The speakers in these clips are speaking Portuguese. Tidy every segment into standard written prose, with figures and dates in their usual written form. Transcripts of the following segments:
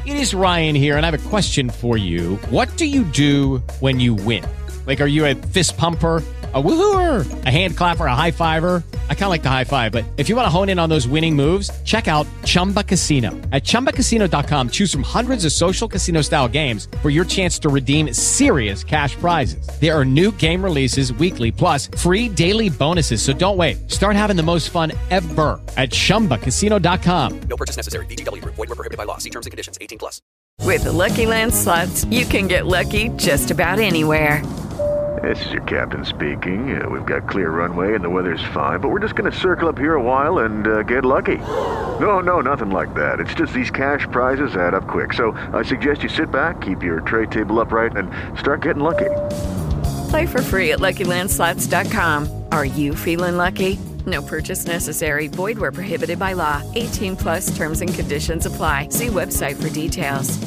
It is Ryan here, and I have a question for you. What do you do when you win? Like, are you a fist pumper, a woohooer, a hand clapper, a high fiver? I kind of like the high five, but if you want to hone in on those winning moves, check out Chumba Casino. At ChumbaCasino.com, choose from hundreds of social casino style games for your chance to redeem serious cash prizes. There are new game releases weekly, plus free daily bonuses. So don't wait. Start having the most fun ever at ChumbaCasino.com. No purchase necessary. VGW Group. Void where prohibited by law. See terms and conditions. 18+. With the Lucky Land Slots, you can get lucky just about anywhere. This is your captain speaking. We've got clear runway and the weather's fine, but we're just going to circle up here a while and get lucky. No, nothing like that. It's just these cash prizes add up quick. So I suggest you sit back, keep your tray table upright, and start getting lucky. Play for free at LuckyLandSlots.com. Are you feeling lucky? No purchase necessary. Void where prohibited by law. 18+ terms and conditions apply. See website for details.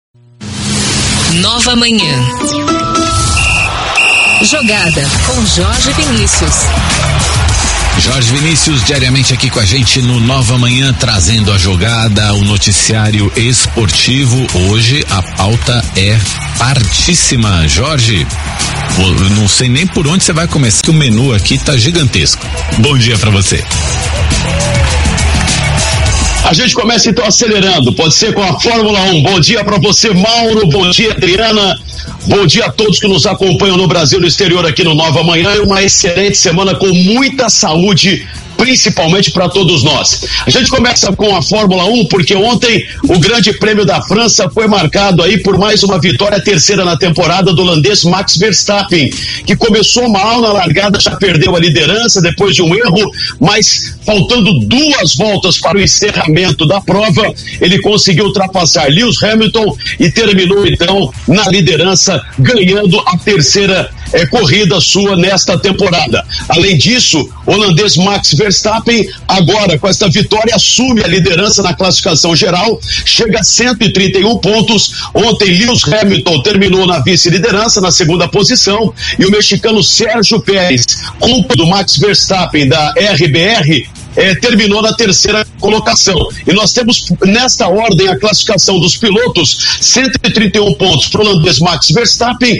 Nova Manhã. Jogada com Jorge Vinícius. Jorge Vinícius diariamente aqui com a gente no Nova Manhã, trazendo a jogada, o noticiário esportivo. Hoje a pauta é fartíssima. Jorge, eu não sei nem por onde você vai começar, que o menu aqui tá gigantesco. Bom dia pra você. A gente começa então acelerando, pode ser com a Fórmula 1. Bom dia para você, Mauro, bom dia, Adriana, bom dia a todos que nos acompanham no Brasil e no exterior aqui no Nova Manhã. Uma excelente semana com muita saúde, principalmente para todos nós. A gente começa com a Fórmula 1 porque ontem o Grande Prêmio da França foi marcado aí por mais uma vitória, terceira na temporada do holandês Max Verstappen, que começou mal na largada, já perdeu a liderança depois de um erro, mas faltando 2 voltas para o encerramento da prova, ele conseguiu ultrapassar Lewis Hamilton e terminou então na liderança, ganhando a terceira corrida sua nesta temporada. Além disso, o holandês Max Verstappen, agora com esta vitória, assume a liderança na classificação geral, chega a 131 pontos. Ontem Lewis Hamilton terminou na vice-liderança, na segunda posição, e o mexicano Sérgio Pérez, culpa do Max Verstappen da RBR, terminou na terceira colocação. E nós temos nesta ordem a classificação dos pilotos: 131 pontos para o holandês Max Verstappen,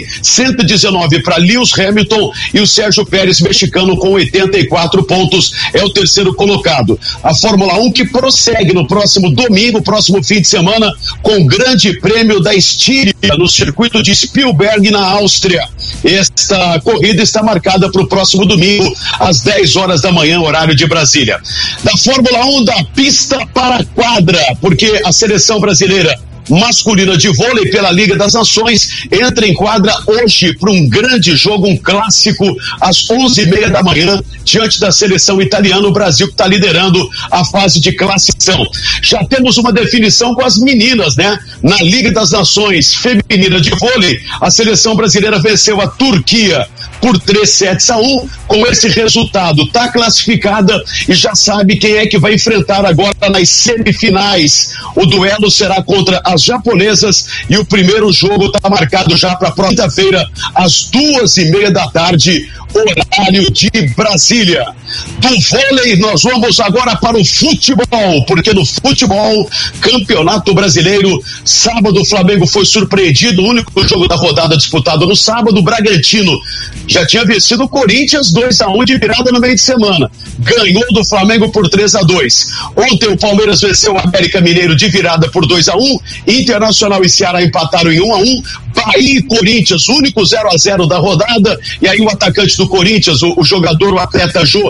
119 para Lewis Hamilton, e o Sérgio Pérez, mexicano, com 84 pontos, é o terceiro colocado. A Fórmula 1 que prossegue no próximo domingo, próximo fim de semana, com o Grande Prêmio da Estíria no circuito de Spielberg, na Áustria. Esta corrida está marcada para o próximo domingo às 10 horas da manhã, horário de Brasília. Da Fórmula 1, da pista para a quadra, porque a seleção brasileira masculina de vôlei pela Liga das Nações entra em quadra hoje para um grande jogo, um clássico, às 11h30 da manhã, diante da seleção italiana. O Brasil que está liderando a fase de classificação. Já temos uma definição com as meninas, né? Na Liga das Nações feminina de vôlei, a seleção brasileira venceu a Turquia por 3-1. Com esse resultado, está classificada e já sabe quem é que vai enfrentar agora nas semifinais. O duelo será contra as japonesas e o primeiro jogo está marcado já para quinta-feira, às 2h30 da tarde, horário de Brasília. Do vôlei, nós vamos agora para o futebol, porque no futebol, Campeonato Brasileiro, sábado o Flamengo foi surpreendido, o único jogo da rodada disputado no sábado. O Bragantino já tinha vencido o Corinthians 2-1 de virada no meio de semana, ganhou do Flamengo por 3-2. Ontem o Palmeiras venceu o América Mineiro de virada por 2-1, Internacional e Ceará empataram em 1-1, Bahia e Corinthians, único 0-0 da rodada, e aí o atacante do Corinthians, o jogador, o atleta Jô,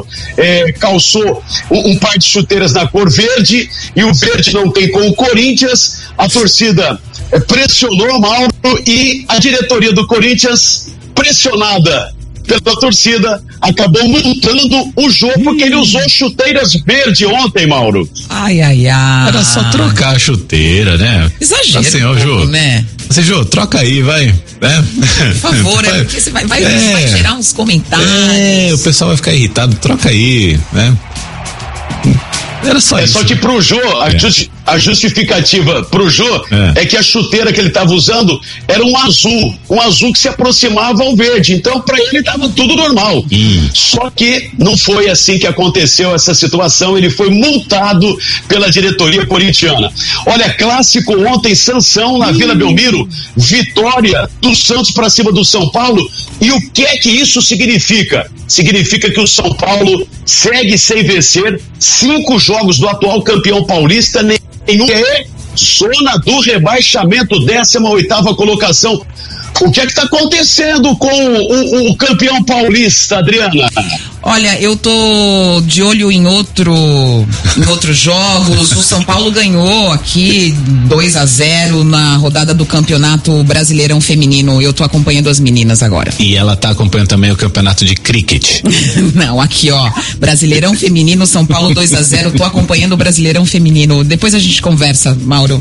calçou um par de chuteiras na cor verde, e o verde não tem com o Corinthians. A torcida pressionou, Mauro, e a diretoria do Corinthians, pressionada pela torcida, acabou montando o jogo porque ele usou chuteiras verde ontem, Mauro. Ai. Era só trocar a chuteira, né? Exagero, assim, ó, Jô, né? Você, Jô, troca aí, vai. Né? Por favor, né? Porque você vai gerar uns comentários. O pessoal vai ficar irritado, troca aí, né? Era só isso. Só que pro Jô, A justificativa pro Jô é que a chuteira que ele estava usando era um azul que se aproximava ao verde. Então, para ele estava tudo normal. Só que não foi assim que aconteceu essa situação. Ele foi multado pela diretoria corintiana. Olha, clássico ontem, Sansão na Vila Belmiro, vitória do Santos para cima do São Paulo. E o que é que isso significa? Significa que o São Paulo segue sem vencer 5 jogos do atual campeão paulista, nenhum é zona do rebaixamento, 18ª colocação. O que é que está acontecendo com o campeão paulista, Adriana? Olha, eu tô de olho em outros jogos. O São Paulo ganhou aqui 2-0 na rodada do Campeonato Brasileirão Feminino. Eu tô acompanhando as meninas agora. E ela tá acompanhando também o campeonato de cricket. Não, aqui ó, Brasileirão Feminino, São Paulo 2-0. Tô acompanhando o Brasileirão Feminino. Depois a gente conversa, Mauro.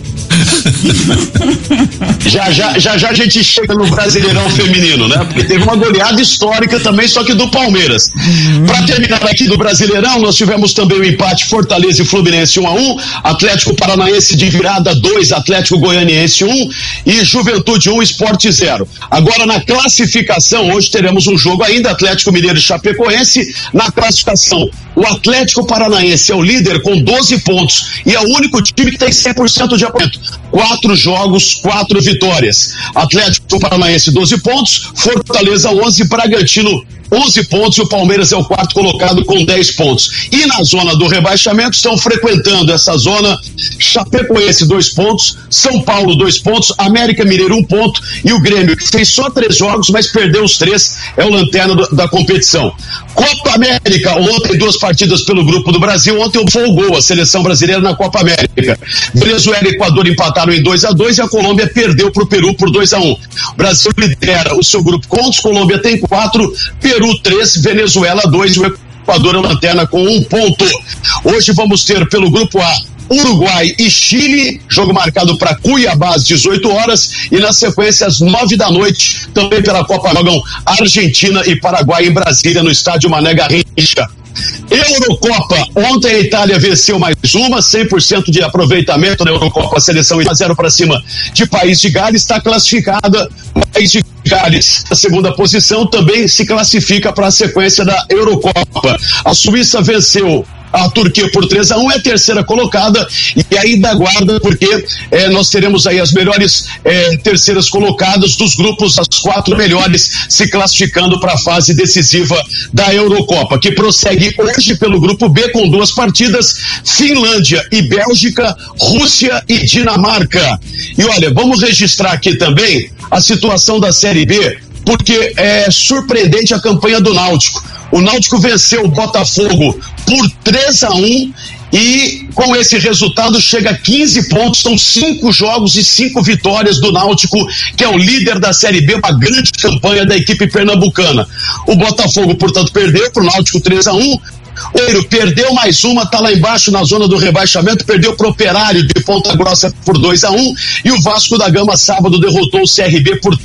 Já a gente chega no Brasileirão Feminino, né? Porque teve uma goleada histórica também, só que do Palmeiras. Para terminar aqui do Brasileirão, nós tivemos também o empate Fortaleza e Fluminense 1-1, Atlético Paranaense de virada 2, Atlético Goianiense 1 e Juventude 1, Sport 0. Agora na classificação, hoje teremos um jogo ainda, Atlético Mineiro e Chapecoense. Na classificação, o Atlético Paranaense é o líder com 12 pontos e é o único time que tem 100% de aproveitamento. 4 jogos, 4 vitórias. Atlético Paranaense 12 pontos, Fortaleza 11, Bragantino 11 pontos e o Palmeiras é o 4º colocado com 10 pontos. E na zona do rebaixamento estão frequentando essa zona Chapecoense 2 pontos, São Paulo 2 pontos, América Mineiro 1 ponto e o Grêmio, que fez só 3 jogos, mas perdeu os 3, é o lanterna da competição. Copa América, ontem 2 partidas pelo Grupo do Brasil, ontem folgou a seleção brasileira na Copa América. Venezuela e Equador empataram em 2-2 e a Colômbia perdeu para o Peru por 2-1. O Brasil lidera o seu grupo com pontos, Colômbia tem 4, Peru 3, Venezuela 2 e o Equador é lanterna com 1 ponto. Hoje vamos ter pelo Grupo A Uruguai e Chile, jogo marcado para Cuiabá às 18 horas e na sequência às 9 da noite, também pela Copa jogam Argentina e Paraguai em Brasília no estádio Mané Garrincha. Eurocopa, ontem a Itália venceu mais uma, 100% de aproveitamento na Eurocopa, a seleção 1-0 para cima de País de Gales, está classificada. País de Gales, a segunda posição, também se classifica para a sequência da Eurocopa. A Suíça venceu a Turquia por 3-1, é a terceira colocada e ainda aguarda porque nós teremos aí as melhores terceiras colocadas dos grupos, as 4 melhores se classificando para a fase decisiva da Eurocopa, que prossegue hoje pelo grupo B com 2 partidas, Finlândia e Bélgica, Rússia e Dinamarca. E olha, vamos registrar aqui também a situação da Série B, porque é surpreendente a campanha do Náutico. O Náutico venceu o Botafogo por 3-1 e com esse resultado chega a 15 pontos, são 5 jogos e 5 vitórias do Náutico, que é o líder da Série B, uma grande campanha da equipe pernambucana. O Botafogo, portanto, perdeu para o Náutico 3-1. O Ouro perdeu mais uma, está lá embaixo na zona do rebaixamento, perdeu para o Operário de Ponta Grossa por 2-1 e o Vasco da Gama sábado derrotou o CRB por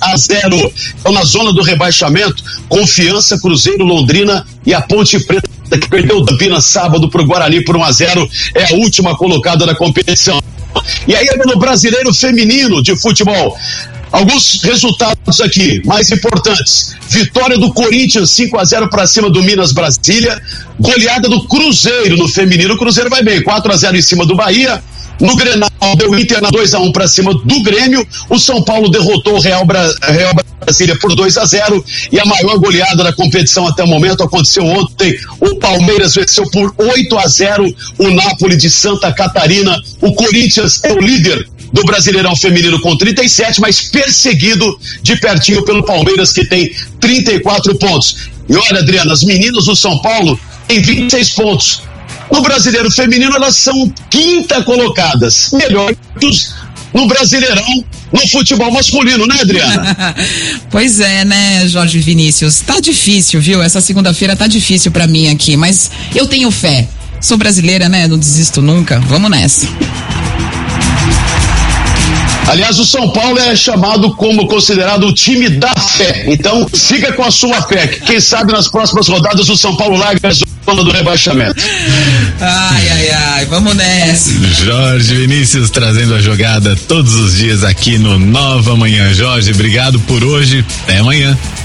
3-0. Então na zona do rebaixamento, Confiança, Cruzeiro, Londrina e a Ponte Preta, que perdeu o Campinas sábado para o Guarani por 1-0, é a última colocada da competição. E aí no Brasileiro Feminino de Futebol, alguns resultados aqui mais importantes: vitória do Corinthians 5-0 para cima do Minas Brasília, goleada do Cruzeiro no feminino, o Cruzeiro vai bem, 4-0 em cima do Bahia. No Grenal deu Inter na 2-1 para cima do Grêmio. O São Paulo derrotou o Real Brasília por 2-0 e a maior goleada da competição até o momento aconteceu ontem. O Palmeiras venceu por 8-0 o Napoli de Santa Catarina. O Corinthians é o líder do Brasileirão Feminino com 37, mas perseguido de pertinho pelo Palmeiras, que tem 34 pontos. E olha, Adriana, as meninas do São Paulo têm 26 pontos. No Brasileiro Feminino elas são 5ª colocadas, melhor que no Brasileirão, no futebol masculino, né, Adriana? Pois é, né, Jorge Vinícius, tá difícil, viu? Essa segunda-feira tá difícil pra mim aqui, mas eu tenho fé. Sou brasileira, né? Não desisto nunca. Vamos nessa. Aliás, o São Paulo é chamado como considerado o time da fé. Então, siga com a sua fé. Quem sabe nas próximas rodadas o São Paulo larga zona do rebaixamento. Ai, vamos nessa. Jorge Vinícius trazendo a jogada todos os dias aqui no Nova Manhã. Jorge, obrigado por hoje. Até amanhã.